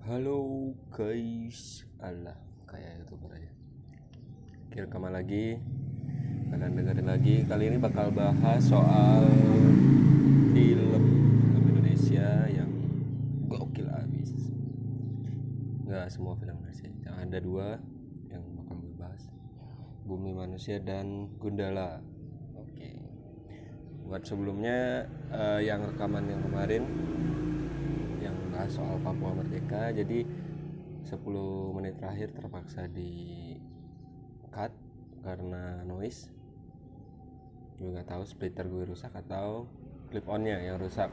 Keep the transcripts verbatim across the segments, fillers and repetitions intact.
Halo guys, alah kayak youtuber aja. Kira rekaman lagi, kalian dengerin lagi. Kali ini bakal bahas soal film film Indonesia yang gokil abis. Nggak semua film Indonesia, ada dua yang bakal gue bahas, Bumi Manusia dan Gundala. Oke. Buat sebelumnya uh, yang rekaman yang kemarin yang bahas soal Papua Merdeka, jadi sepuluh menit terakhir terpaksa di cut karena noise. Gue nggak tahu splitter gue rusak atau clip onnya yang rusak,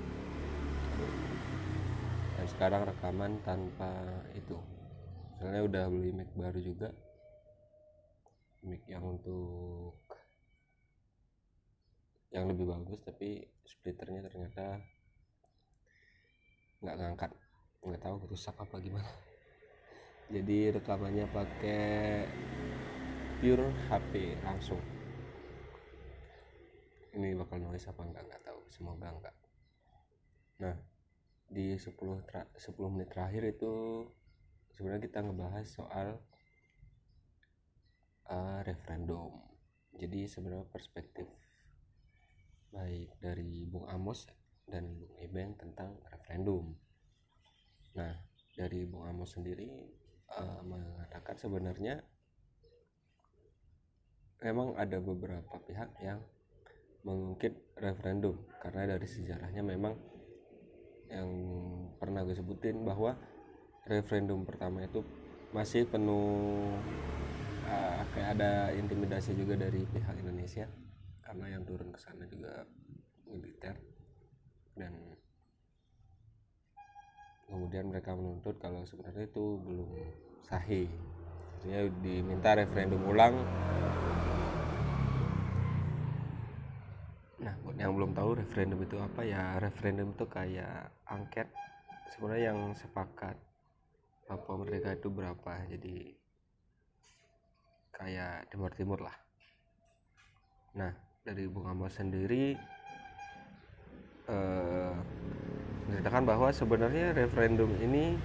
dan sekarang rekaman tanpa itu. Soalnya udah beli mic baru juga, mic yang untuk yang lebih bagus, tapi splitternya ternyata nggak ngangkat, nggak tahu rusak apa gimana. Jadi rekamannya pakai pure H P langsung. Ini bakal noise apa enggak nggak tahu, semoga enggak. Nah, di sepuluh tra- sepuluh menit terakhir itu sebenarnya kita ngebahas soal uh, referendum. Jadi sebenarnya perspektif baik dari Bung Amos dan Bung Ibeng tentang referendum. Nah, dari Bung Amos sendiri uh, mengatakan sebenarnya memang ada beberapa pihak yang mengungkit referendum karena dari sejarahnya memang yang pernah gue sebutin bahwa referendum pertama itu masih penuh uh, kayak ada intimidasi juga dari pihak Indonesia, karena yang turun ke sana juga militer, dan kemudian mereka menuntut kalau sebenarnya itu belum sahih. Artinya diminta referendum ulang. Nah, buat yang belum tahu referendum itu apa ya, referendum itu kayak angket sebenarnya yang sepakat Papua Merdeka itu berapa, jadi kayak Timur Timur lah. Nah, dari Bung Amos sendiri eh, menceritakan bahwa sebenarnya referendum ini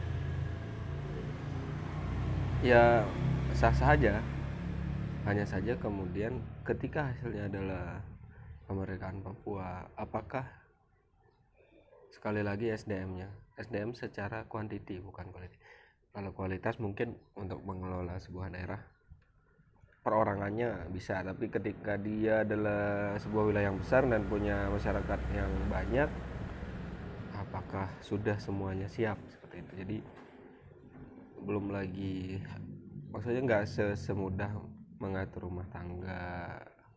ya sah-sah saja, hanya saja kemudian ketika hasilnya adalah kemerdekaan Papua, apakah sekali lagi S D M-nya, S D M secara kuantiti bukan kualitas. Kalau kualitas mungkin untuk mengelola sebuah daerah perorangannya bisa, tapi ketika dia adalah sebuah wilayah yang besar dan punya masyarakat yang banyak, apakah sudah semuanya siap seperti itu. Jadi belum lagi, maksudnya nggak semudah mengatur rumah tangga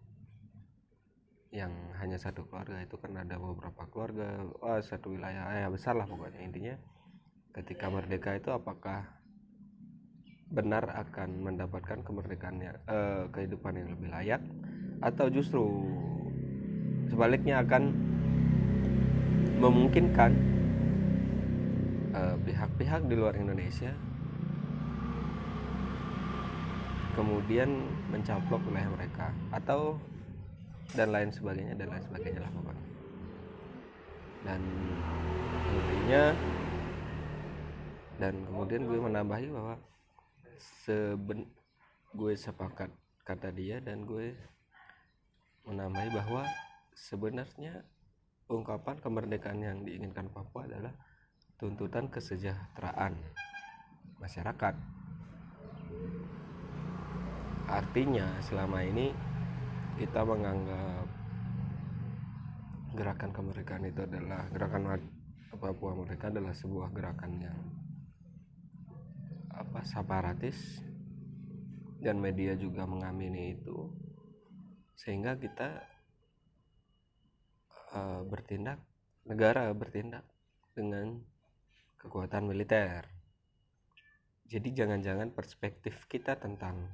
yang hanya satu keluarga, itu kan ada beberapa keluarga, oh, satu wilayah ya besar lah pokoknya. Intinya ketika merdeka itu apakah benar akan mendapatkan kemerdekaannya, eh, kehidupan yang lebih layak, atau justru sebaliknya akan memungkinkan eh, pihak-pihak di luar Indonesia kemudian mencaplok wilayah mereka, atau dan lain sebagainya dan lain sebagainya lah pokoknya. Dan intinya, dan kemudian gue menambahi bahwa seben gue sepakat kata dia, dan gue menambahi bahwa sebenarnya ungkapan kemerdekaan yang diinginkan Papua adalah tuntutan kesejahteraan masyarakat. Artinya selama ini kita menganggap gerakan kemerdekaan itu adalah gerakan Papua Merdeka adalah sebuah gerakan yang apa separatis, dan media juga mengamini itu, sehingga kita uh, bertindak, negara bertindak dengan kekuatan militer. Jadi jangan-jangan perspektif kita tentang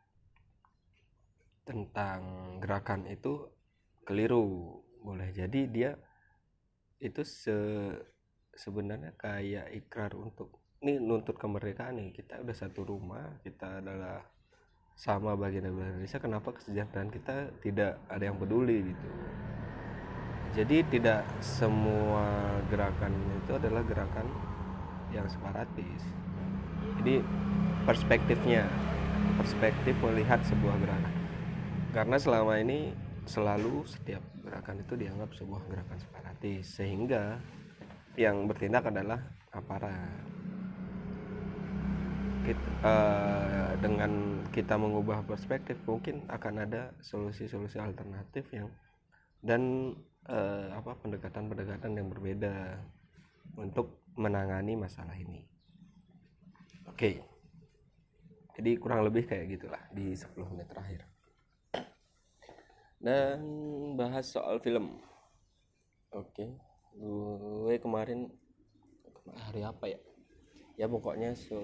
tentang gerakan itu keliru. Boleh jadi dia itu se sebenarnya kayak ikrar untuk nih nuntut kemerdekaan nih, kita udah satu rumah, kita adalah sama bagian dari Indonesia, kenapa kesejahteraan kita tidak ada yang peduli gitu. Jadi tidak semua gerakan itu adalah gerakan yang separatis. Jadi perspektifnya, perspektif melihat sebuah gerakan. Karena selama ini selalu setiap gerakan itu dianggap sebuah gerakan separatis, sehingga yang bertindak adalah aparat. Kita, uh, dengan kita mengubah perspektif mungkin akan ada solusi-solusi alternatif yang dan uh, apa pendekatan-pendekatan yang berbeda untuk menangani masalah ini. Oke. Jadi kurang lebih kayak gitulah di sepuluh menit terakhir. Dan bahas soal film. Oke. Gue kemarin hari apa ya? Ya pokoknya so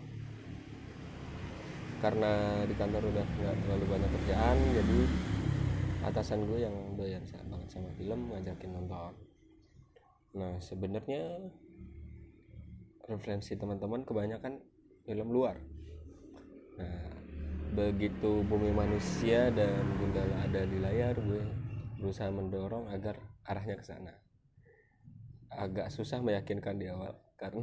karena di kantor udah nggak terlalu banyak kerjaan, jadi atasan gue yang doyan banget sama film ngajakin nonton. Nah sebenarnya referensi teman-teman kebanyakan film luar. Nah begitu Bumi Manusia dan Gundala ada di layar, gue berusaha mendorong agar arahnya ke sana. Agak susah meyakinkan di awal karena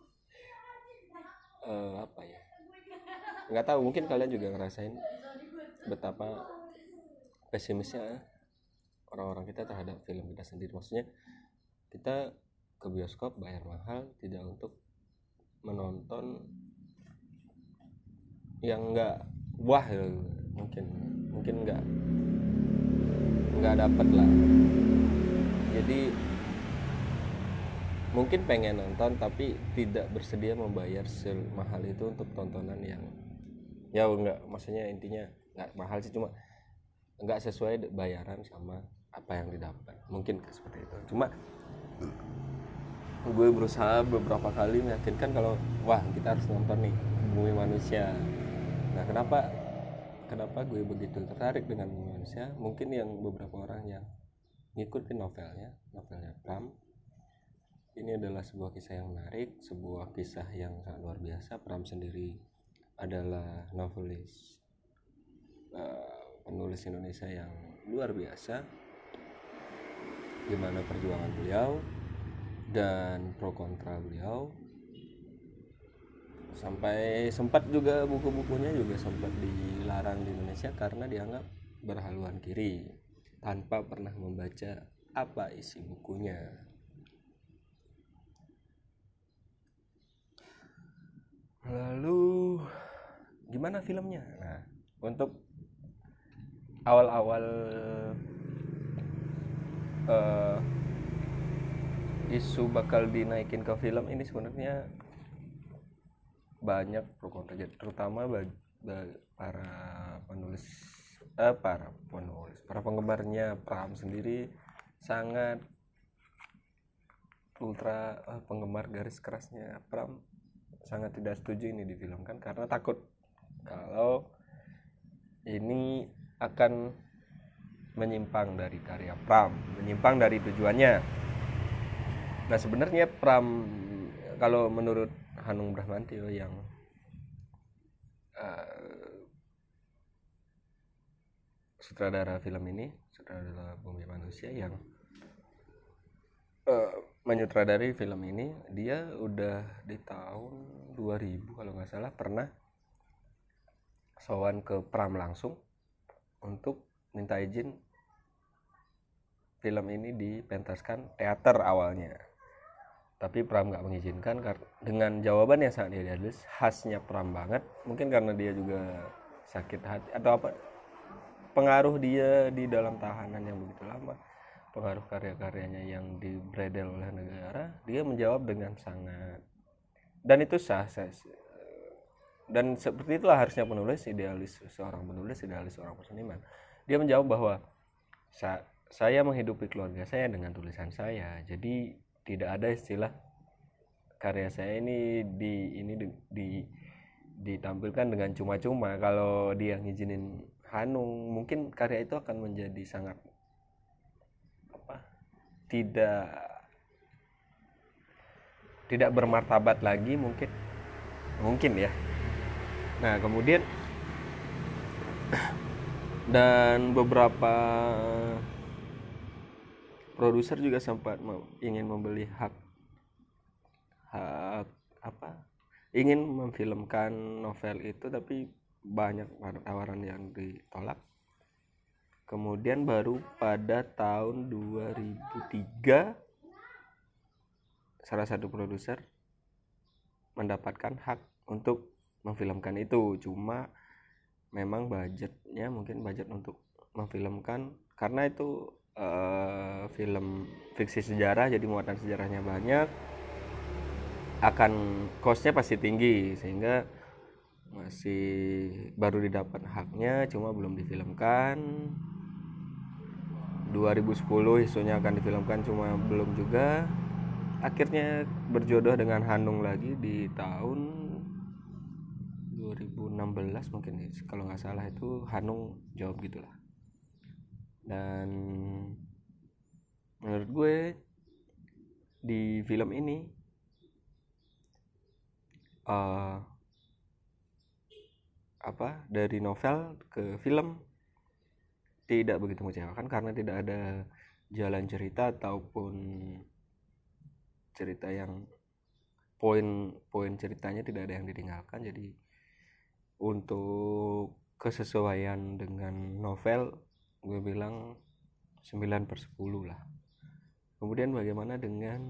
uh, apa ya? Nggak tahu, mungkin kalian juga ngerasain betapa pesimisnya orang-orang kita terhadap film kita sendiri. Maksudnya kita ke bioskop bayar mahal tidak untuk menonton yang nggak wah ya, mungkin mungkin nggak nggak dapet lah. Jadi mungkin pengen nonton tapi tidak bersedia membayar semahal itu untuk tontonan yang ya enggak, maksudnya intinya enggak mahal sih, cuma enggak sesuai bayaran sama apa yang didapat, mungkin seperti itu. Cuma gue berusaha beberapa kali meyakinkan kalau wah kita harus nonton nih Bumi Manusia. Nah kenapa kenapa gue begitu tertarik dengan Bumi Manusia? Mungkin yang beberapa orang yang ngikutin novelnya novelnya Pram, ini adalah sebuah kisah yang menarik, sebuah kisah yang sangat luar biasa. Pram sendiri adalah novelis, uh, penulis Indonesia yang luar biasa, gimana perjuangan beliau dan pro kontra beliau, sampai sempat juga buku-bukunya juga sempat dilarang di Indonesia karena dianggap berhaluan kiri tanpa pernah membaca apa isi bukunya. Lalu gimana filmnya? Nah, untuk awal-awal uh, isu bakal dinaikin ke film ini sebenarnya banyak pro kontra, terutama bagi, bagi para penulis eh, para penulis para penggemarnya Pram sendiri sangat ultra eh, penggemar garis kerasnya Pram sangat tidak setuju ini difilmkan karena takut kalau ini akan menyimpang dari karya Pram, menyimpang dari tujuannya. Nah sebenarnya Pram, kalau menurut Hanung Bramantyo yang uh, sutradara film ini, sutradara Bumi Manusia yang uh, menyutradari film ini, dia udah di tahun dua ribu kalau nggak salah pernah sowan ke Pram langsung untuk minta izin film ini dipentaskan teater awalnya, tapi Pram nggak mengizinkan dengan jawaban yang sangat idealis, khasnya Pram banget. Mungkin karena dia juga sakit hati atau apa, pengaruh dia di dalam tahanan yang begitu lama, pengaruh karya-karyanya yang dibredel oleh negara, dia menjawab dengan sangat, dan itu sah, sah dan seperti itulah harusnya penulis idealis, seorang penulis idealis, seorang seniman. Dia menjawab bahwa sa- saya menghidupi keluarga saya dengan tulisan saya, jadi tidak ada istilah karya saya ini di ini di, di ditampilkan dengan cuma-cuma. Kalau dia ngizinin Hanung, mungkin karya itu akan menjadi sangat apa? tidak tidak bermartabat lagi mungkin. Mungkin ya. Nah, kemudian dan beberapa produser juga sempat ingin membeli hak hak ingin memfilmkan novel itu, tapi banyak tawaran yang ditolak. Kemudian baru pada tahun dua ribu tiga salah satu produser mendapatkan hak untuk memfilmkan itu. Cuma memang budgetnya, mungkin budget untuk memfilmkan, karena itu uh, film fiksi sejarah, jadi muatan sejarahnya banyak, akan costnya pasti tinggi, sehingga masih baru didapat haknya, cuma belum difilmkan. dua ribu sepuluh isunya akan difilmkan, cuma belum juga. Akhirnya berjodoh dengan Hanung lagi di tahun dua ribu enam belas mungkin, kalau nggak salah, itu Hanung jawab gitulah. Dan menurut gue di film ini uh, apa dari novel ke film tidak begitu mengecewakan, karena tidak ada jalan cerita ataupun cerita yang poin-poin ceritanya tidak ada yang ditinggalkan. Jadi untuk kesesuaian dengan novel, gue bilang sembilan per sepuluh lah. Kemudian bagaimana dengan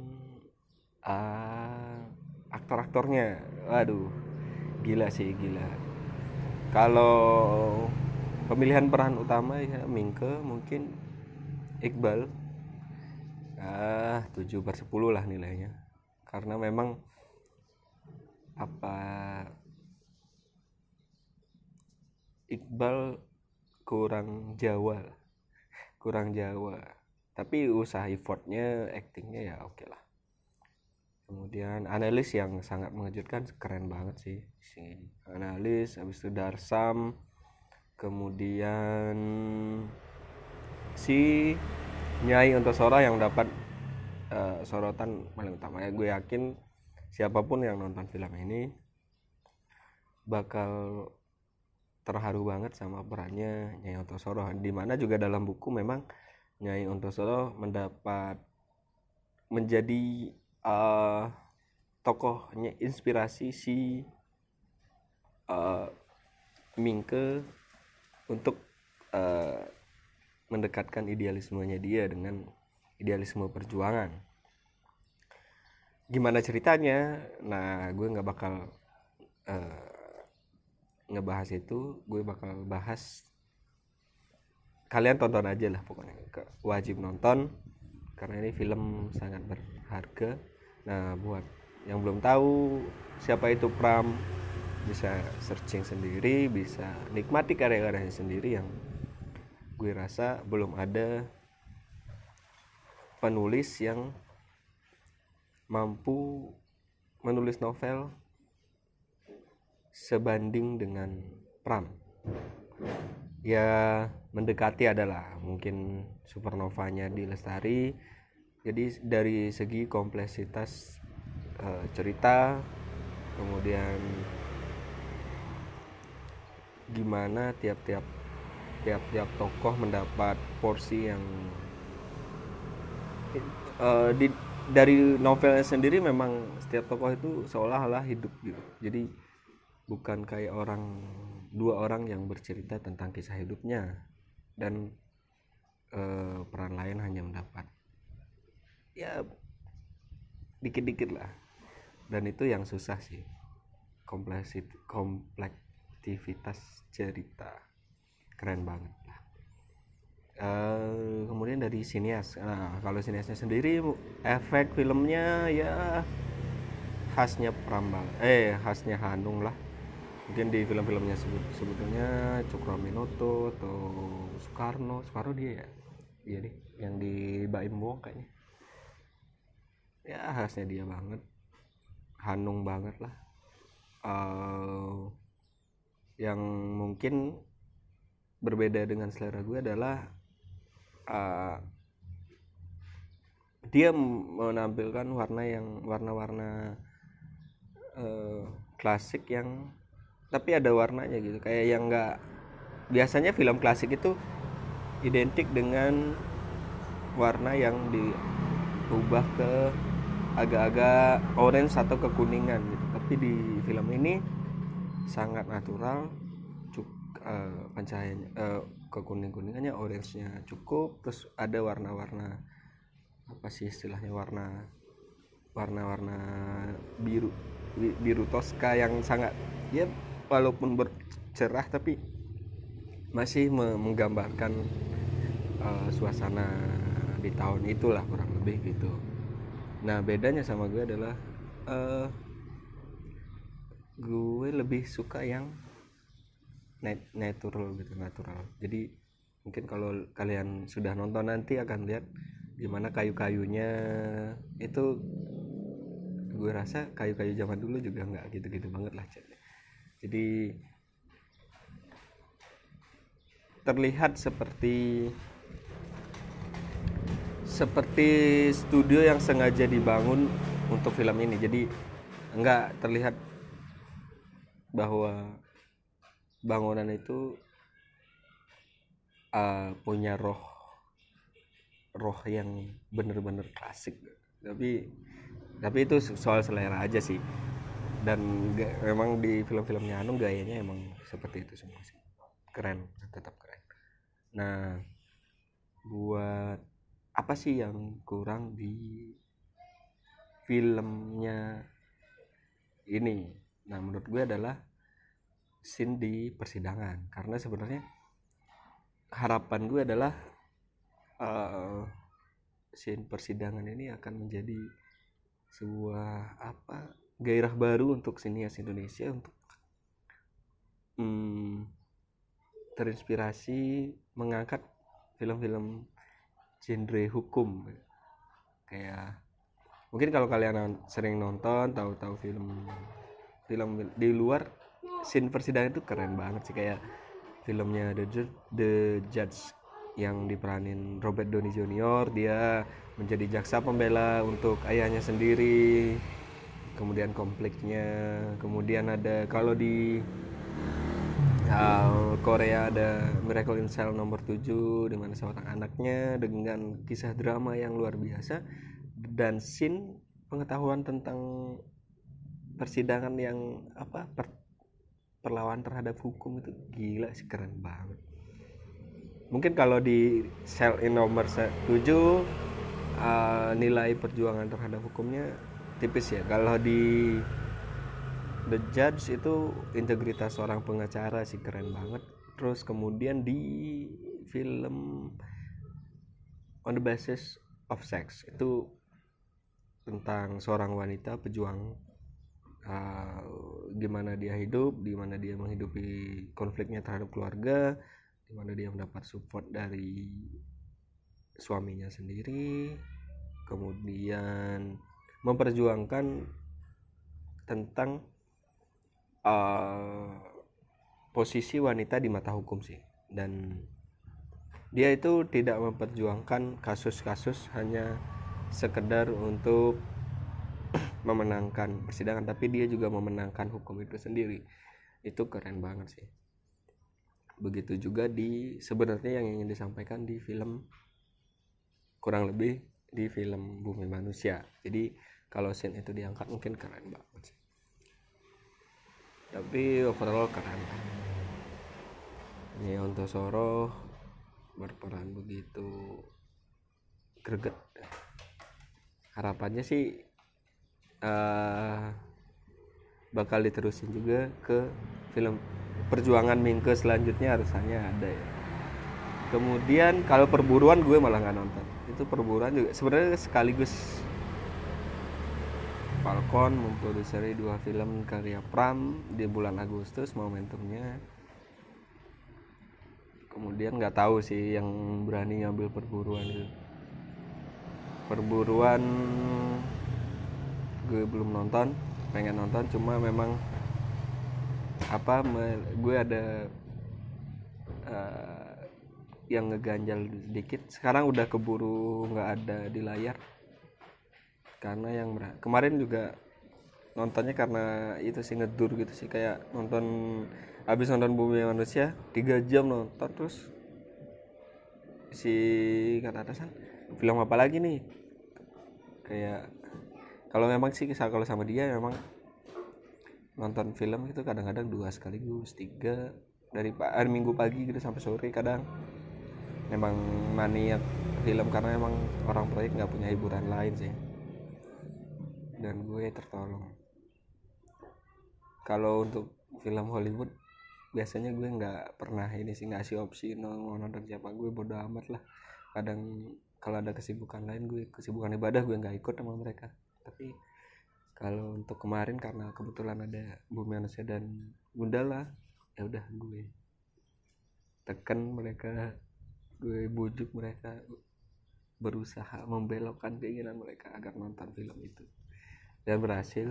uh, aktor-aktornya? Waduh, gila sih, gila. Kalau pemilihan peran utama ya Mingke, mungkin Iqbal, ah tujuh per sepuluh lah nilainya, karena memang apa Iqbal kurang Jawa kurang Jawa tapi usaha effortnya, actingnya ya oke lah. Kemudian analis yang sangat mengejutkan, keren banget sih si analis. Habis itu Darsam, kemudian si Nyai Ontosora yang dapat uh, sorotan paling utama. Ya, gue yakin siapapun yang nonton film ini bakal terharu banget sama perannya Nyai Ontosoro, dimana juga dalam buku memang Nyai Ontosoro mendapat menjadi uh, tokohnya, inspirasi si uh, Mingke untuk uh, mendekatkan idealismenya dia dengan idealisme perjuangan. Gimana ceritanya? Nah, gue nggak bakal uh, ngebahas itu, gue bakal bahas, kalian tonton aja lah pokoknya, wajib nonton karena ini film sangat berharga. Nah, buat yang belum tahu siapa itu Pram, bisa searching sendiri, bisa nikmati karya-karyanya sendiri, yang gue rasa belum ada penulis yang mampu menulis novel sebanding dengan Pram. Ya mendekati adalah mungkin Supernovanya di Lestari. Jadi dari segi kompleksitas uh, cerita, kemudian gimana tiap-tiap tiap-tiap tokoh mendapat porsi yang uh, di, dari novelnya sendiri, memang setiap tokoh itu seolah-olah hidup gitu. Jadi bukan kayak orang dua orang yang bercerita tentang kisah hidupnya, dan uh, peran lain hanya mendapat ya dikit-dikit lah. Dan itu yang susah sih, kompleksit komplektivitas cerita, keren banget lah. Uh, kemudian dari sinias, nah kalau siniasnya sendiri, efek filmnya ya khasnya Prambang, eh khasnya Hanung lah. Mungkin di film-filmnya sebut sebetulnya Cokroaminoto atau Soekarno, Soekarno dia ya, iya deh, yang di Baim Wong kayaknya. Ya khasnya dia banget, Hanung banget lah. Uh, yang mungkin berbeda dengan selera gue adalah uh, dia menampilkan warna yang warna-warna uh, klasik yang tapi ada warnanya gitu, kayak yang nggak biasanya film klasik itu identik dengan warna yang diubah ke agak-agak orange atau kekuningan gitu. Tapi tapi di film ini sangat natural, cuk, uh, pencahayaan uh, kekuning-kuningannya, orange-nya cukup, terus ada warna-warna apa sih istilahnya, warna warna-warna biru biru toska yang sangat ya walaupun bercerah tapi masih menggambarkan uh, suasana di tahun itulah kurang lebih gitu. Nah bedanya sama gue adalah uh, gue lebih suka yang nat- natural gitu, natural. Jadi mungkin kalau kalian sudah nonton nanti akan lihat gimana kayu-kayunya itu, gue rasa kayu-kayu zaman dulu juga nggak gitu-gitu banget lah. Jadi terlihat seperti seperti studio yang sengaja dibangun untuk film ini. Jadi nggak terlihat bahwa bangunan itu uh, punya roh roh yang bener-bener klasik. Tapi tapi itu soal selera aja sih. Dan gak, memang di film-filmnya Hanung gayanya emang seperti itu semua sih. Keren, tetap keren. Nah, buat apa sih yang kurang di filmnya ini? Nah, menurut gue adalah scene di persidangan. Karena sebenarnya harapan gue adalah uh, scene persidangan ini akan menjadi sebuah apa gairah baru untuk sinias Indonesia untuk hmm, terinspirasi mengangkat film-film genre hukum. Kayak mungkin kalau kalian sering nonton tahu-tahu film film di luar, scene persidangan itu keren banget sih. Kayak filmnya The Judge, The Judge yang diperanin Robert Downey Junior, dia menjadi jaksa pembela untuk ayahnya sendiri, kemudian konfliknya. Kemudian ada kalau di uh, Korea ada Miracle in Cell nomor tujuh, di mana seorang anaknya dengan kisah drama yang luar biasa dan scene pengetahuan tentang persidangan yang apa per, perlawanan terhadap hukum itu gila sih, keren banget. Mungkin kalau di Cell in nomor tujuh uh, nilai perjuangan terhadap hukumnya tipis ya. Kalau di The Judge itu integritas seorang pengacara sih keren banget. Terus kemudian di film On the Basis of Sex itu tentang seorang wanita pejuang, uh, gimana dia hidup, gimana dia menghidupi konfliknya terhadap keluarga, gimana dia mendapat support dari suaminya sendiri, kemudian memperjuangkan tentang uh, posisi wanita di mata hukum sih. Dan dia itu tidak memperjuangkan kasus-kasus hanya sekedar untuk memenangkan persidangan, tapi dia juga memenangkan hukum itu sendiri. Itu keren banget sih. Begitu juga di sebenarnya yang ingin disampaikan di film, kurang lebih di film Bumi Manusia. Jadi kalau scene itu diangkat mungkin keren banget sih. Tapi overall keren. Ini untuk Soro berperan begitu greget. Harapannya sih uh, bakal diterusin juga ke film Perjuangan Mingke selanjutnya, harusnya ada ya. Kemudian kalau Perburuan gue malah nggak nonton. Itu Perburuan juga sebenarnya sekaligus Falcon memproduksi dua film karya Pram di bulan Agustus momentumnya. Kemudian nggak tahu sih yang berani ngambil Perburuan itu. Perburuan gue belum nonton, pengen nonton, cuma memang apa gue ada uh, yang ngeganjal dikit. Sekarang udah keburu nggak ada di layar karena yang kemarin juga nontonnya karena itu sih ngedur gitu sih, kayak nonton habis nonton Bumi Manusia tiga jam nonton, terus si kata atasan film apa lagi nih, kayak kalau memang sih kalau sama dia memang nonton film itu kadang-kadang dua sekaligus, tiga, dari hari Minggu pagi gitu sampai sore. Kadang memang maniak film karena emang orang proyek nggak punya hiburan lain sih, dan gue tertolong. Kalau untuk film Hollywood biasanya gue nggak pernah ini sih, ngasih opsi nonton siapa, gue bodo amat lah. Kadang kalau ada kesibukan lain, gue kesibukan ibadah, gue nggak ikut sama mereka. Tapi kalau untuk kemarin karena kebetulan ada Bumi Manusia dan Gundala, ya udah gue tekan mereka, gue bujuk mereka, berusaha membelokkan keinginan mereka agar nonton film itu, dan berhasil.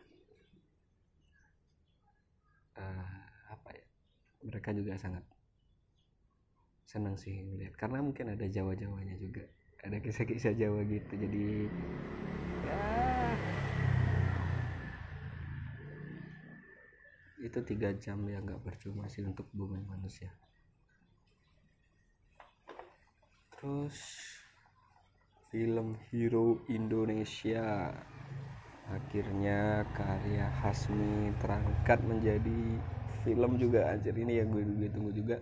Uh, apa ya, mereka juga sangat senang sih ngeliat, karena mungkin ada Jawa-Jawanya juga, ada kisah-kisah Jawa gitu. Jadi ya itu tiga jam yang gak percuma sih untuk Bumi Manusia. Terus film hero Indonesia, akhirnya karya Hasmi terangkat menjadi film juga, anjir. Ini yang gue, gue tunggu juga.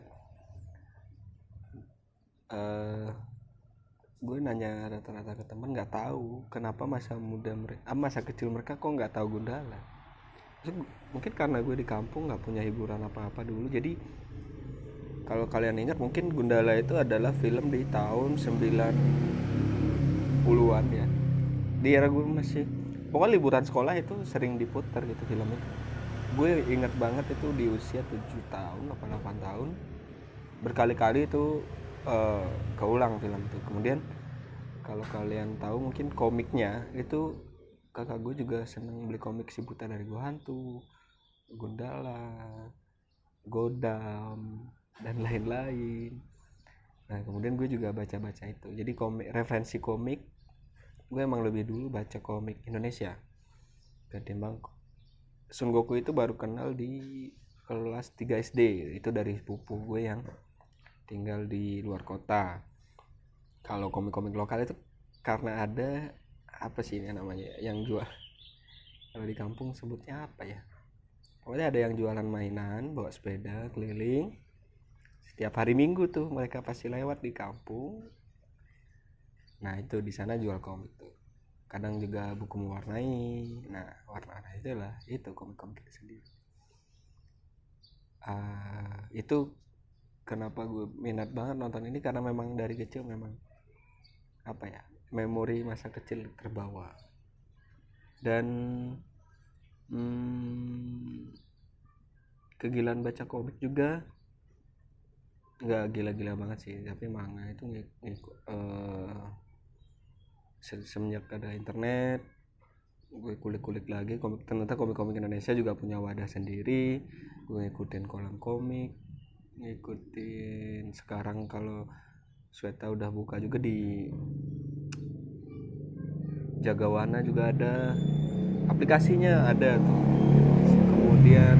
uh, gue nanya rata-rata ke temen, nggak tahu kenapa masa muda mereka, ah, masa kecil mereka kok nggak tahu Gundala. Terus, mungkin karena gue di kampung nggak punya hiburan apa-apa dulu. Jadi kalau kalian ingat, mungkin Gundala itu adalah film di tahun sembilan puluhan ya, di era gue masih, pokoknya liburan sekolah itu sering diputar gitu film itu. Gue ingat banget itu di usia tujuh tahun atau delapan tahun, berkali-kali itu uh, keulang film itu. Kemudian kalau kalian tahu mungkin komiknya itu, kakak gue juga seneng beli komik Si Buta dari Gua Hantu, Gundala, Godam, dan lain-lain. Nah kemudian gue juga baca-baca itu. Jadi komik, referensi komik, gue emang lebih dulu baca komik Indonesia ketimbang Son Goku. Itu baru kenal di kelas tiga S D, itu dari sepupu gue yang tinggal di luar kota. Kalau komik-komik lokal itu karena ada apa sih ini namanya yang jual, kalau di kampung sebutnya apa ya, pokoknya ada yang jualan mainan, bawa sepeda keliling setiap hari Minggu tuh, mereka pasti lewat di kampung. Nah itu di sana jual komik tuh, kadang juga buku mewarnai. Nah warna itulah itu komik-komik itu sendiri. Uh, itu kenapa gue minat banget nonton ini, karena memang dari kecil memang apa ya, memori masa kecil terbawa. Dan hmm, kegilaan baca komik juga nggak gila-gila banget sih, tapi manga itu ngikut uh, semenjak ada internet gue kulik-kulik lagi komik. Ternyata komik-komik Indonesia juga punya wadah sendiri. Gue ngikutin kolam komik, ngikutin sekarang kalau Sweta udah buka juga di Jagawana juga ada aplikasinya, ada tuh. Kemudian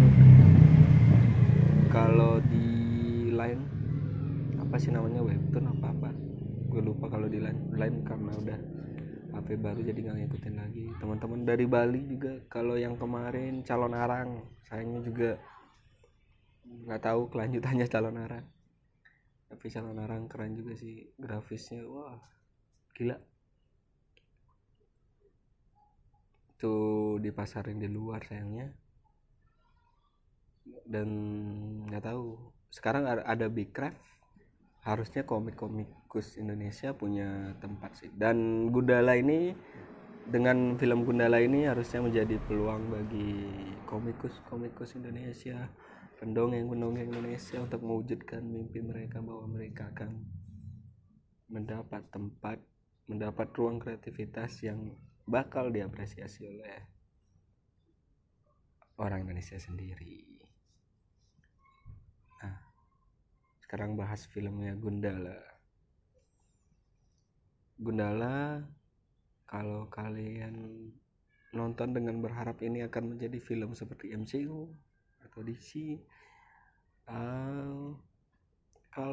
kalau di Line apa sih namanya, webtoon apa apa gue lupa. Kalau di Line, Line karena udah H P baru jadi nggak ngikutin lagi. Teman-teman dari Bali juga, kalau yang kemarin Calon Arang, sayangnya juga nggak tahu kelanjutannya Calon Arang. Tapi Calon Arang keren juga sih, grafisnya wah gila. Tuh dipasarin di luar sayangnya, dan nggak tahu sekarang ada Big Craft. Harusnya komik-komikus Indonesia punya tempat sih. Dan Gundala ini, dengan film Gundala ini harusnya menjadi peluang bagi komikus-komikus Indonesia, pendongeng-pendongeng Indonesia untuk mewujudkan mimpi mereka bahwa mereka akan mendapat tempat, mendapat ruang kreativitas yang bakal diapresiasi oleh orang Indonesia sendiri. Nah, sekarang bahas filmnya Gundala. Gundala, kalau kalian nonton dengan berharap ini akan menjadi film seperti M C U atau D C, uh,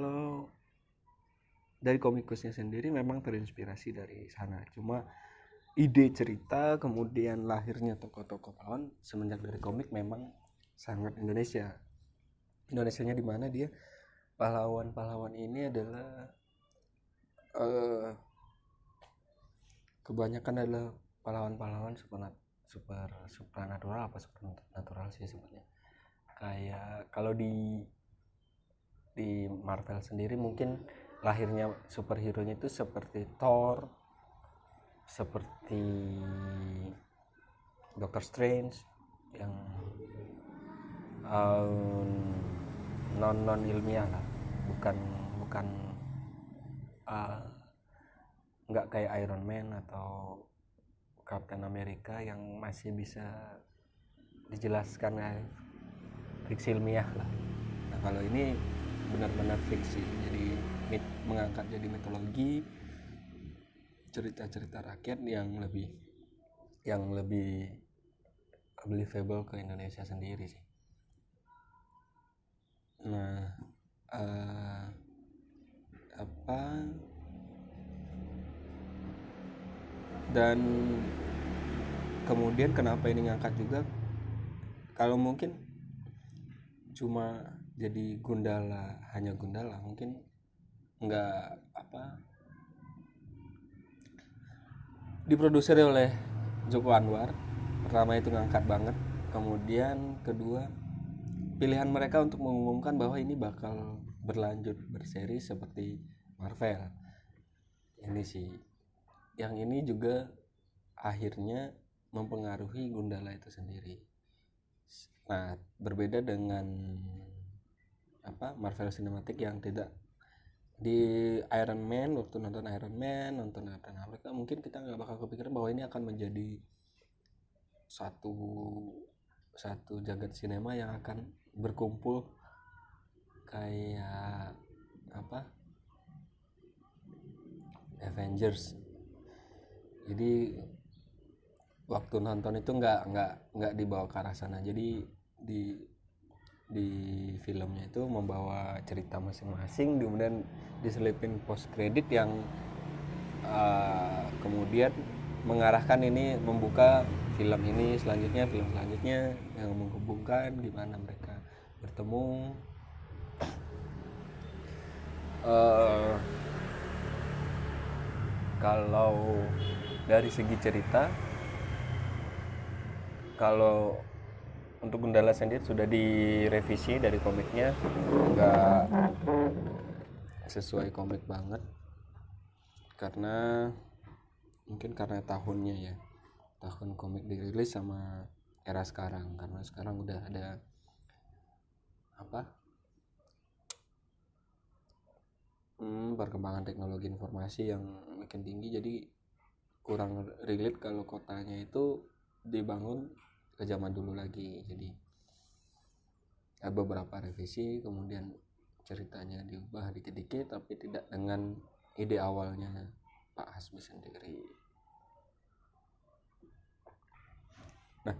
kalau dari komikusnya sendiri memang terinspirasi dari sana. Cuma ide cerita, kemudian lahirnya tokoh-tokoh pahlawan semenjak dari komik memang sangat Indonesia. Indonesianya di mana dia pahlawan-pahlawan ini adalah uh, kebanyakan adalah pahlawan-pahlawan super super supranatural apa supernatural sih sebenarnya. Kayak kalau di di Marvel sendiri mungkin lahirnya superhero-nya itu seperti Thor, seperti Doctor Strange yang um, non non ilmiah lah, bukan bukan uh, nggak kayak Iron Man atau Captain America yang masih bisa dijelaskan kayak fiksi ilmiah lah. Nah kalau ini benar-benar fiksi, jadi mit, mengangkat jadi mitologi, cerita-cerita rakyat yang lebih yang lebih believable ke Indonesia sendiri sih. Nah uh, apa dan kemudian kenapa ini ngangkat juga, kalau mungkin cuma jadi Gundala, hanya Gundala mungkin nggak apa diproduksi oleh Joko Anwar. Pertama itu ngangkat banget, kemudian kedua pilihan mereka untuk mengumumkan bahwa ini bakal berlanjut berseri seperti Marvel. Ini sih yang ini juga akhirnya mempengaruhi Gundala itu sendiri. Nah berbeda dengan apa Marvel Cinematic yang tidak di Iron Man, waktu nonton Iron Man, nonton Captain America, mungkin kita nggak bakal kepikiran bahwa ini akan menjadi satu satu jagat sinema yang akan berkumpul kayak apa Avengers. Jadi waktu nonton itu nggak nggak nggak dibawa ke arah sana. Jadi di di filmnya itu membawa cerita masing-masing, kemudian diselipin post credit yang uh, kemudian mengarahkan ini membuka film ini selanjutnya, film selanjutnya yang menghubungkan gimana mereka bertemu. Uh, kalau dari segi cerita, kalau untuk Gundala sendiri sudah direvisi dari komiknya, nggak sesuai komik banget karena mungkin karena tahunnya ya, tahun komik dirilis sama era sekarang, karena sekarang udah ada apa hmm, perkembangan teknologi informasi yang makin tinggi, jadi kurang relate kalau kotanya itu dibangun ke zaman dulu lagi. Jadi ada beberapa revisi, kemudian ceritanya diubah dikit-dikit tapi tidak dengan ide awalnya Pak Hasbi sendiri. Nah,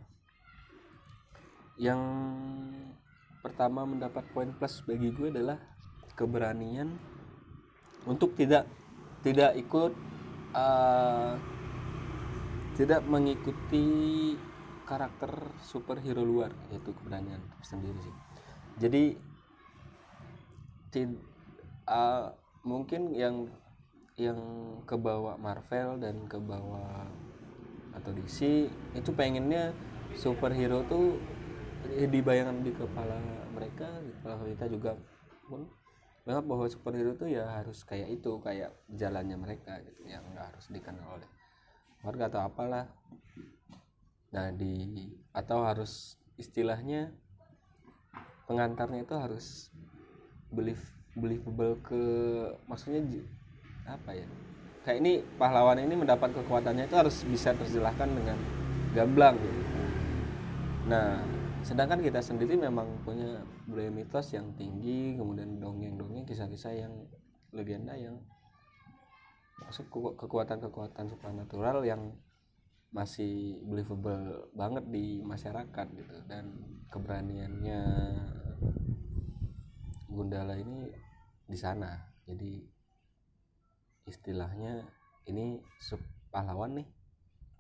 yang pertama mendapat poin plus bagi gue adalah keberanian untuk tidak tidak ikut uh, tidak mengikuti karakter superhero luar, yaitu keberanian sendiri sih. Jadi tid, uh, mungkin yang yang kebawa Marvel dan kebawa atau D C itu pengennya superhero tuh dibayangkan di kepala mereka, di kepala kita juga pun menganggap bahwa superhero tuh ya harus kayak itu, kayak jalannya mereka gitu, yang nggak harus dikenal oleh warga atau apalah. Nah di atau harus istilahnya pengantarnya itu harus believe believable ke, maksudnya apa ya, kayak ini pahlawan ini mendapat kekuatannya itu harus bisa terjelaskan dengan gamblang gitu. Nah sedangkan kita sendiri memang punya budaya mitos yang tinggi, kemudian dongeng-dongeng, kisah-kisah yang legenda yang masuk kekuatan-kekuatan supernatural yang masih believable banget di masyarakat gitu. Dan keberaniannya Gundala ini di sana, jadi istilahnya ini sub pahlawan nih,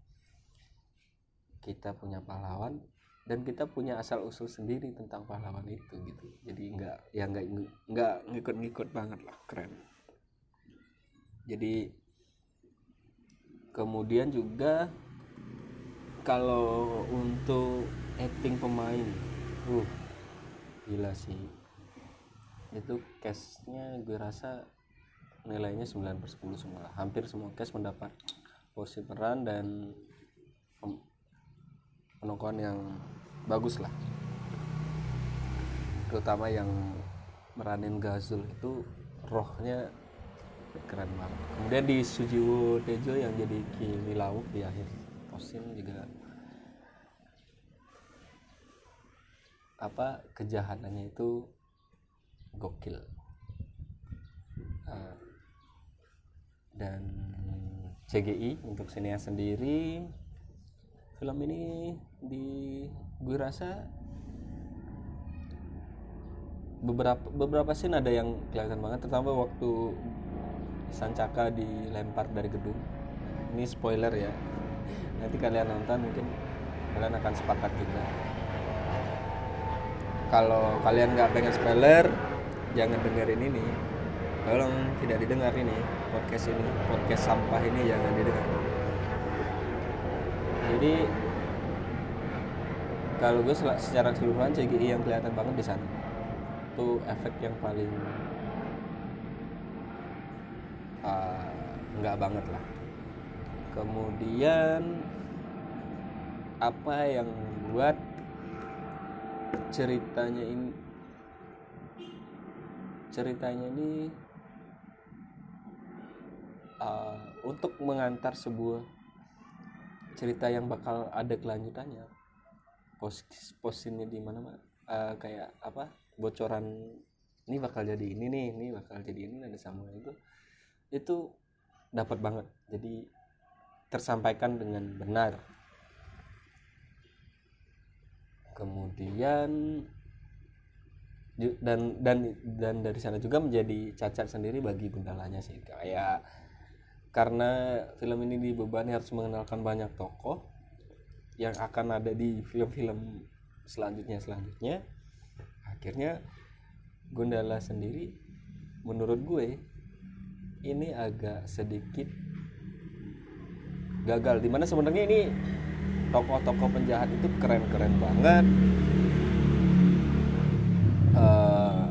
kita punya pahlawan dan kita punya asal usul sendiri tentang pahlawan itu gitu. Jadi nggak ya nggak nggak ngikut-ngikut banget lah, keren. Jadi kemudian juga kalau untuk acting pemain, uh gila sih. Itu cast-nya gue rasa nilainya sembilan per sepuluh semua. Hampir semua cast mendapat porsi peran dan penonton yang bagus lah. Terutama yang meranin Gazul itu rohnya keren banget. Kemudian di Sujiwo Tejo yang jadi Kili Lauk di akhir posin juga apa kejahatannya itu gokil. Uh, dan C G I untuk sinias sendiri, film ini di gue rasa beberapa beberapa scene ada yang kelihatan banget, terutama waktu Sancaka dilempar dari gedung. Ini spoiler ya, nanti kalian nonton mungkin kalian akan sepakat juga. Kalau kalian nggak pengen spoiler, jangan dengerin ini, tolong tidak didengar ini podcast ini, podcast sampah ini jangan didengar. Jadi kalau gue secara keseluruhan C G I yang kelihatan banget di sana itu efek yang paling uh, nggak banget lah. Kemudian apa yang membuat ceritanya ini ceritanya ini uh, untuk mengantar sebuah cerita yang bakal ada kelanjutannya. Pos posisinya di mana mah uh, kayak apa bocoran ini bakal jadi ini nih, ini bakal jadi ini ada sama itu itu dapat banget. Jadi tersampaikan dengan benar. Kemudian dan dan dan dari sana juga menjadi cacat sendiri bagi Gundalanya sih, kayak karena film ini dibebani harus mengenalkan banyak tokoh yang akan ada di film-film selanjutnya selanjutnya akhirnya Gundala sendiri menurut gue ini agak sedikit gagal, dimana sebenarnya ini tokoh-tokoh penjahat itu keren-keren banget. Uh,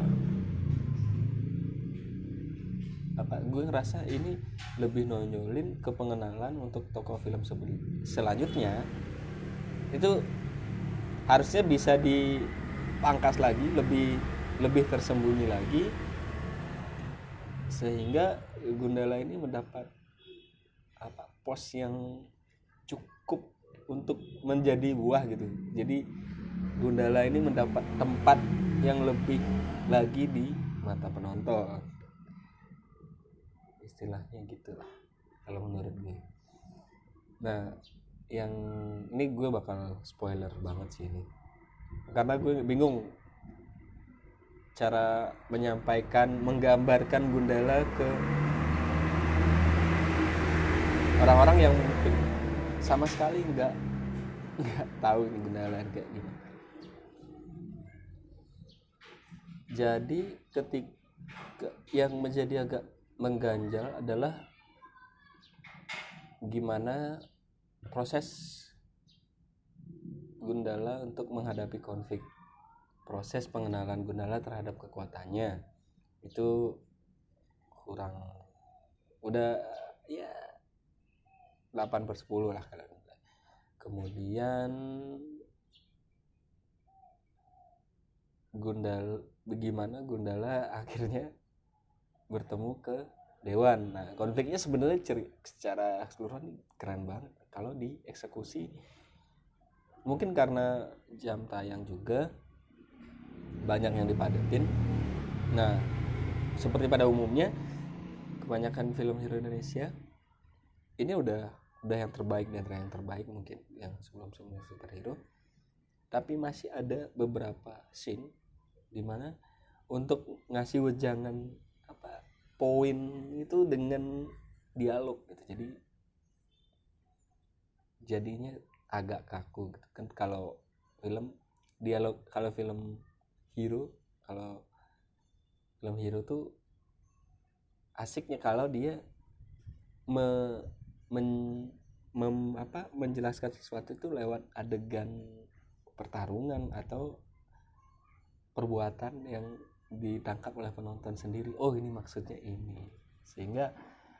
apa gue ngerasa ini lebih nonjolin ke pengenalan untuk tokoh film sebelum selanjutnya itu harusnya bisa dipangkas lagi, lebih lebih tersembunyi lagi sehingga Gundala ini mendapat apa pos yang cukup untuk menjadi buah gitu. Jadi Gundala ini mendapat tempat yang lebih lagi di mata penonton, istilahnya gitulah kalau menurut gue. Nah yang ini gue bakal spoiler banget sih ini karena gue bingung cara menyampaikan menggambarkan Gundala ke orang-orang yang mungkin sama sekali nggak nggak tahu ini Gundala kayak gimana. Jadi ketika yang menjadi agak mengganjal adalah gimana proses Gundala untuk menghadapi konflik, proses pengenalan Gundala terhadap kekuatannya itu kurang, udah ya delapan per sepuluh lah kalau. Kemudian Gundala, bagaimana Gundala akhirnya bertemu ke Dewan. Nah konfliknya sebenarnya ceri- secara keseluruhan keren banget. Kalau dieksekusi mungkin karena jam tayang juga banyak yang dipadetin. Nah seperti pada umumnya kebanyakan film hero Indonesia ini udah udah yang terbaik dan yang terbaik mungkin yang sebelum-sebelumnya superhero, tapi masih ada beberapa scene di mana untuk ngasih wejangan apa poin itu dengan dialog gitu. Jadi jadinya agak kaku gitu kan. Kalau film dialog, kalau film hero, kalau film hero tuh asiknya kalau dia me, men, mem, apa, menjelaskan sesuatu itu lewat adegan pertarungan atau perbuatan yang ditangkap oleh penonton sendiri. Oh, ini maksudnya ini. Sehingga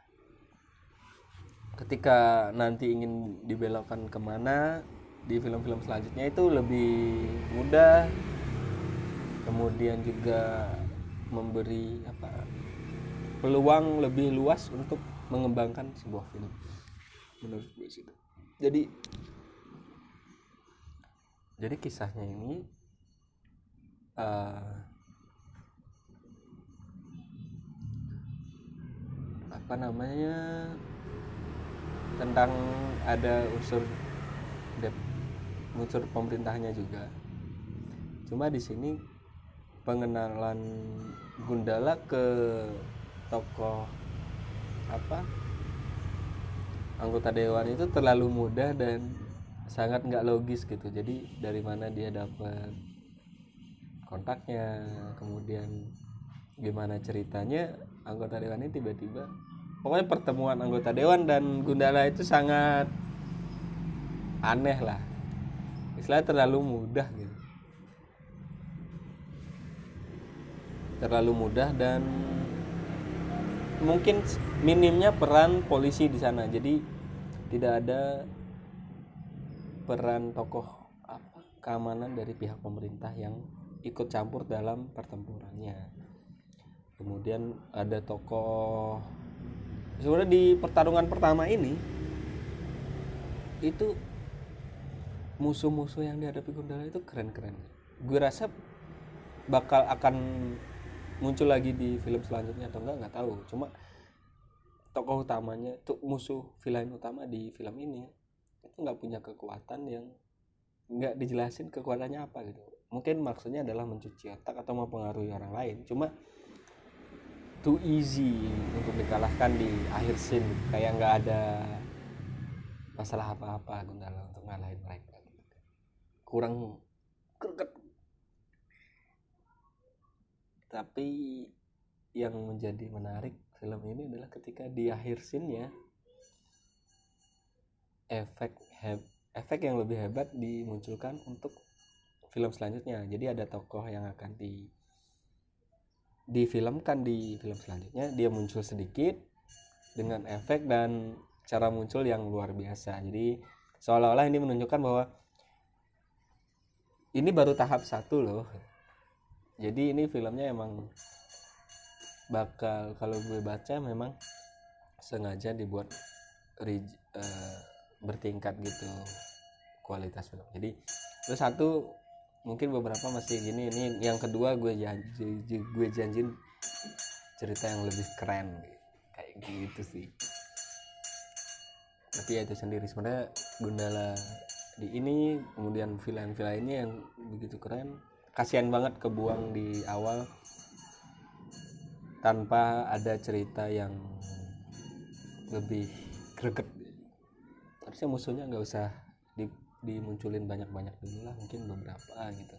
ketika nanti ingin dibelokkan kemana di film-film selanjutnya itu lebih mudah, kemudian juga memberi apa, peluang lebih luas untuk mengembangkan sebuah film menurut gue sih. Jadi jadi kisahnya ini uh, apa namanya, tentang ada unsur unsur pemerintahnya juga. Cuma di sini pengenalan Gundala ke tokoh apa anggota dewan itu terlalu mudah dan sangat nggak logis gitu. Jadi dari mana dia dapat kontaknya, kemudian gimana ceritanya anggota dewan ini tiba-tiba, pokoknya pertemuan anggota dewan dan Gundala itu sangat aneh lah, istilahnya terlalu mudah gitu, terlalu mudah dan mungkin minimnya peran polisi di sana. Jadi tidak ada peran tokoh apa keamanan dari pihak pemerintah yang ikut campur dalam pertempurannya. Kemudian ada tokoh, sebenarnya di pertarungan pertama ini itu musuh-musuh yang dihadapi Gundala itu keren-keren. Gue rasa bakal akan muncul lagi di film selanjutnya atau enggak nggak tahu. Cuma tokoh utamanya tuh, musuh villain utama di film ini itu nggak punya kekuatan, yang nggak dijelasin kekuatannya apa gitu. Mungkin maksudnya adalah mencuci otak atau mempengaruhi orang lain. Cuma too easy untuk dikalahkan di akhir scene, kayak nggak ada masalah apa-apa Gundala untuk ngalahin mereka gitu. Kurang greget. Tapi yang menjadi menarik film ini adalah ketika di akhir scene-nya efek heb, efek yang lebih hebat dimunculkan untuk film selanjutnya. Jadi ada tokoh yang akan di difilmkan di film selanjutnya, dia muncul sedikit dengan efek dan cara muncul yang luar biasa. Jadi seolah-olah ini menunjukkan bahwa ini baru tahap satu loh. Jadi ini filmnya emang bakal, kalau gue baca memang sengaja dibuat rij, uh, bertingkat gitu kualitas film. Jadi itu satu, mungkin beberapa masih gini. Ini yang kedua gue janji gue janjin cerita yang lebih keren kayak gitu sih. Tapi ya itu sendiri sebenarnya Gundala di ini, kemudian villain-villainnya yang begitu keren. Kasian banget kebuang di awal tanpa ada cerita yang lebih greget. Harusnya musuhnya nggak usah di dimunculin banyak-banyak dulu lah, mungkin beberapa gitu.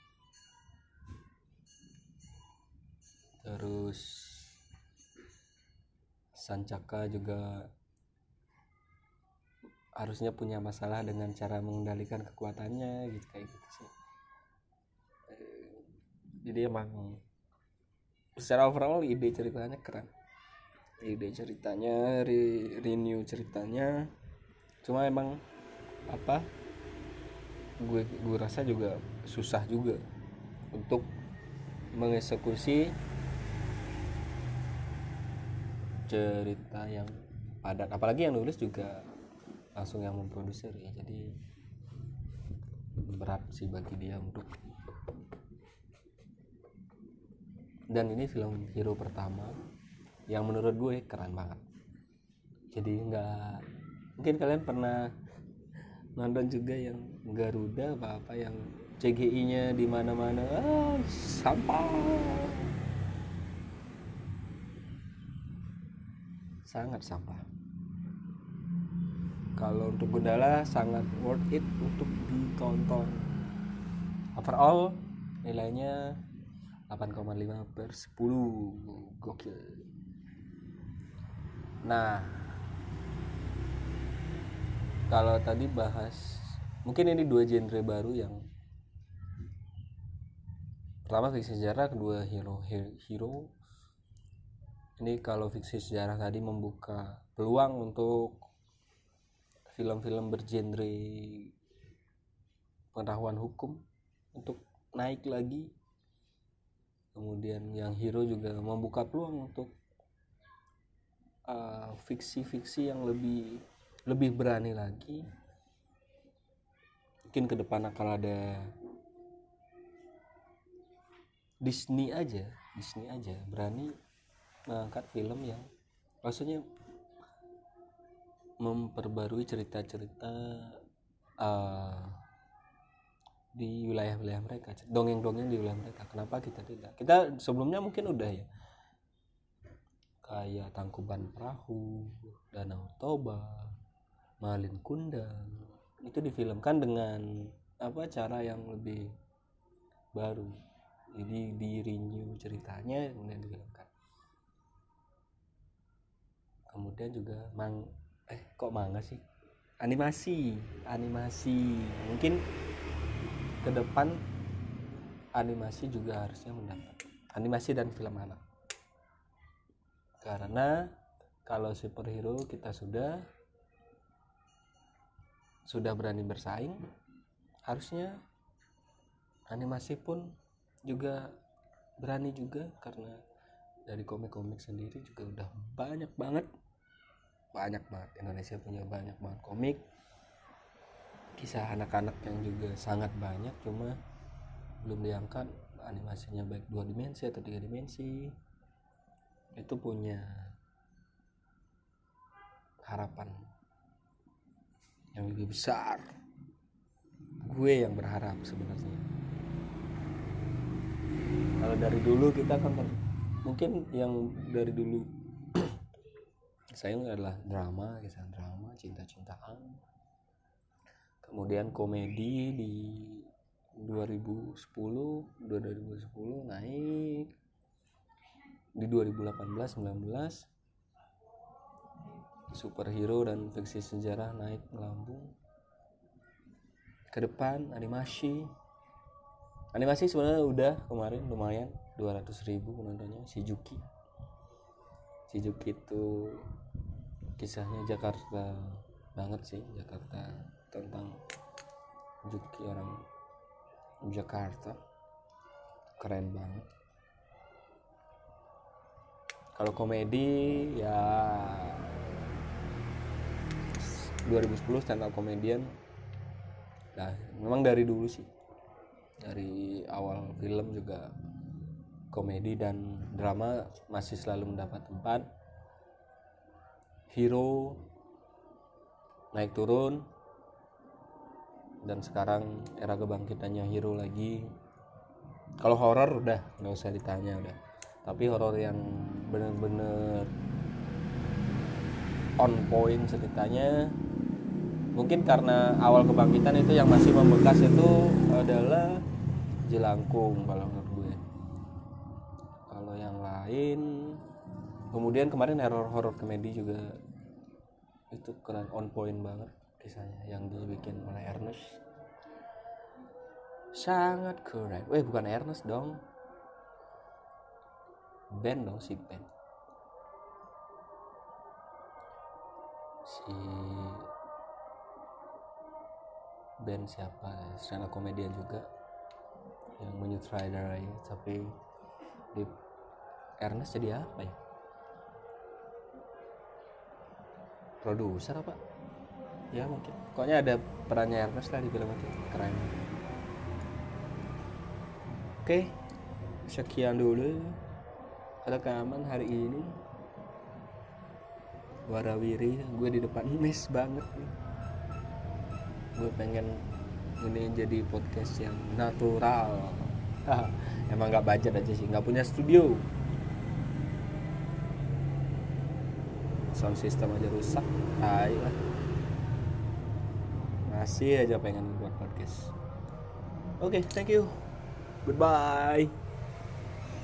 Terus Sancaka juga harusnya punya masalah dengan cara mengendalikan kekuatannya gitu, kayak gitu sih. Jadi emang secara overall ide ceritanya keren, ide ceritanya re, renew ceritanya. Cuma emang apa, gue gue rasa juga susah juga untuk mengeksekusi cerita yang padat, apalagi yang nulis juga langsung yang memproduser ya. Jadi berat sih bagi dia untuk, dan ini film hero pertama yang menurut gue keren banget. Jadi nggak, mungkin kalian pernah nonton juga yang Garuda apa apa yang C G I-nya di mana-mana, ah, sampah, sangat sampah. Kalau untuk Gundala sangat worth it untuk ditonton. Overall nilainya delapan koma lima per sepuluh. Gokil. Nah, kalau tadi bahas, mungkin ini dua genre baru yang pertama fiksi sejarah, kedua hero hero. Ini kalau fiksi sejarah tadi membuka peluang untuk film-film bergenre pengetahuan hukum untuk naik lagi. Kemudian yang hero juga membuka peluang untuk uh, fiksi-fiksi yang lebih lebih berani lagi. Mungkin ke depan akan ada Disney aja, Disney aja berani mengangkat film yang maksudnya memperbarui cerita-cerita uh, di wilayah-wilayah mereka, dongeng-dongeng di wilayah mereka. Kenapa kita tidak? Kita sebelumnya mungkin udah ya, kayak Tangkuban Perahu, Danau Toba, Malin Kundang, itu difilmkan dengan apa cara yang lebih baru. Jadi di renew ceritanya kemudian difilmkan. Kemudian juga mang eh kok manga sih? Animasi, animasi. Mungkin ke depan animasi juga harusnya mendapat. Animasi dan film anak. Karena kalau superhero kita sudah sudah berani bersaing, harusnya animasi pun juga berani juga, karena dari komik-komik sendiri juga udah banyak banget banyak banget Indonesia punya banyak banget komik, kisah anak-anak yang juga sangat banyak, cuma belum diangkat animasinya baik dua dimensi atau tiga dimensi. Itu punya harapan yang lebih besar. Gue yang berharap sebenarnya. Kalau dari dulu kita kan mungkin yang dari dulu saya adalah drama, kisah drama, cinta-cintaan. Kemudian komedi di dua ribu sepuluh naik. Di dua ribu delapan belas sembilan belas superhero dan fiksi sejarah naik melambung. Ke depan animasi. Animasi sebenarnya udah kemarin lumayan dua ratus ribu penontonnya. Shizuki. Shizuki itu kisahnya Jakarta banget sih, Jakarta, tentang Juki orang Jakarta, keren banget. Kalau komedi ya dua ribu sepuluh stand up comedian. Nah, memang dari dulu sih, dari awal film juga komedi dan drama masih selalu mendapat tempat. Hero naik turun, dan sekarang era kebangkitannya hero lagi. Kalau horor udah nggak usah ditanya udah, tapi horor yang bener-bener on point ceritanya, mungkin karena awal kebangkitan itu yang masih membekas itu adalah Jelangkung kalau menurut gue. Kalau yang lain, kemudian kemarin horor-horor komedi juga itu keren, on point banget kisahnya yang dibikin oleh Ernest, sangat keren. Weh bukan Ernest dong, Ben dong, si Ben, si Ben siapa ya, stand up comedian juga yang menyutradarai. Tapi di Ernest jadi apa ya, produser apa ya, mungkin pokoknya ada perannya Ernest lah di film itu, keren. Oke, sekian dulu rekaman hari ini. Warawiri, gue di depan mes banget nih. Gue pengen ini jadi podcast yang natural. Emang nggak budget aja sih, nggak punya studio, sound system aja rusak, tai lah. masih aja pengen buat podcast. Oke, okay, thank you. Goodbye.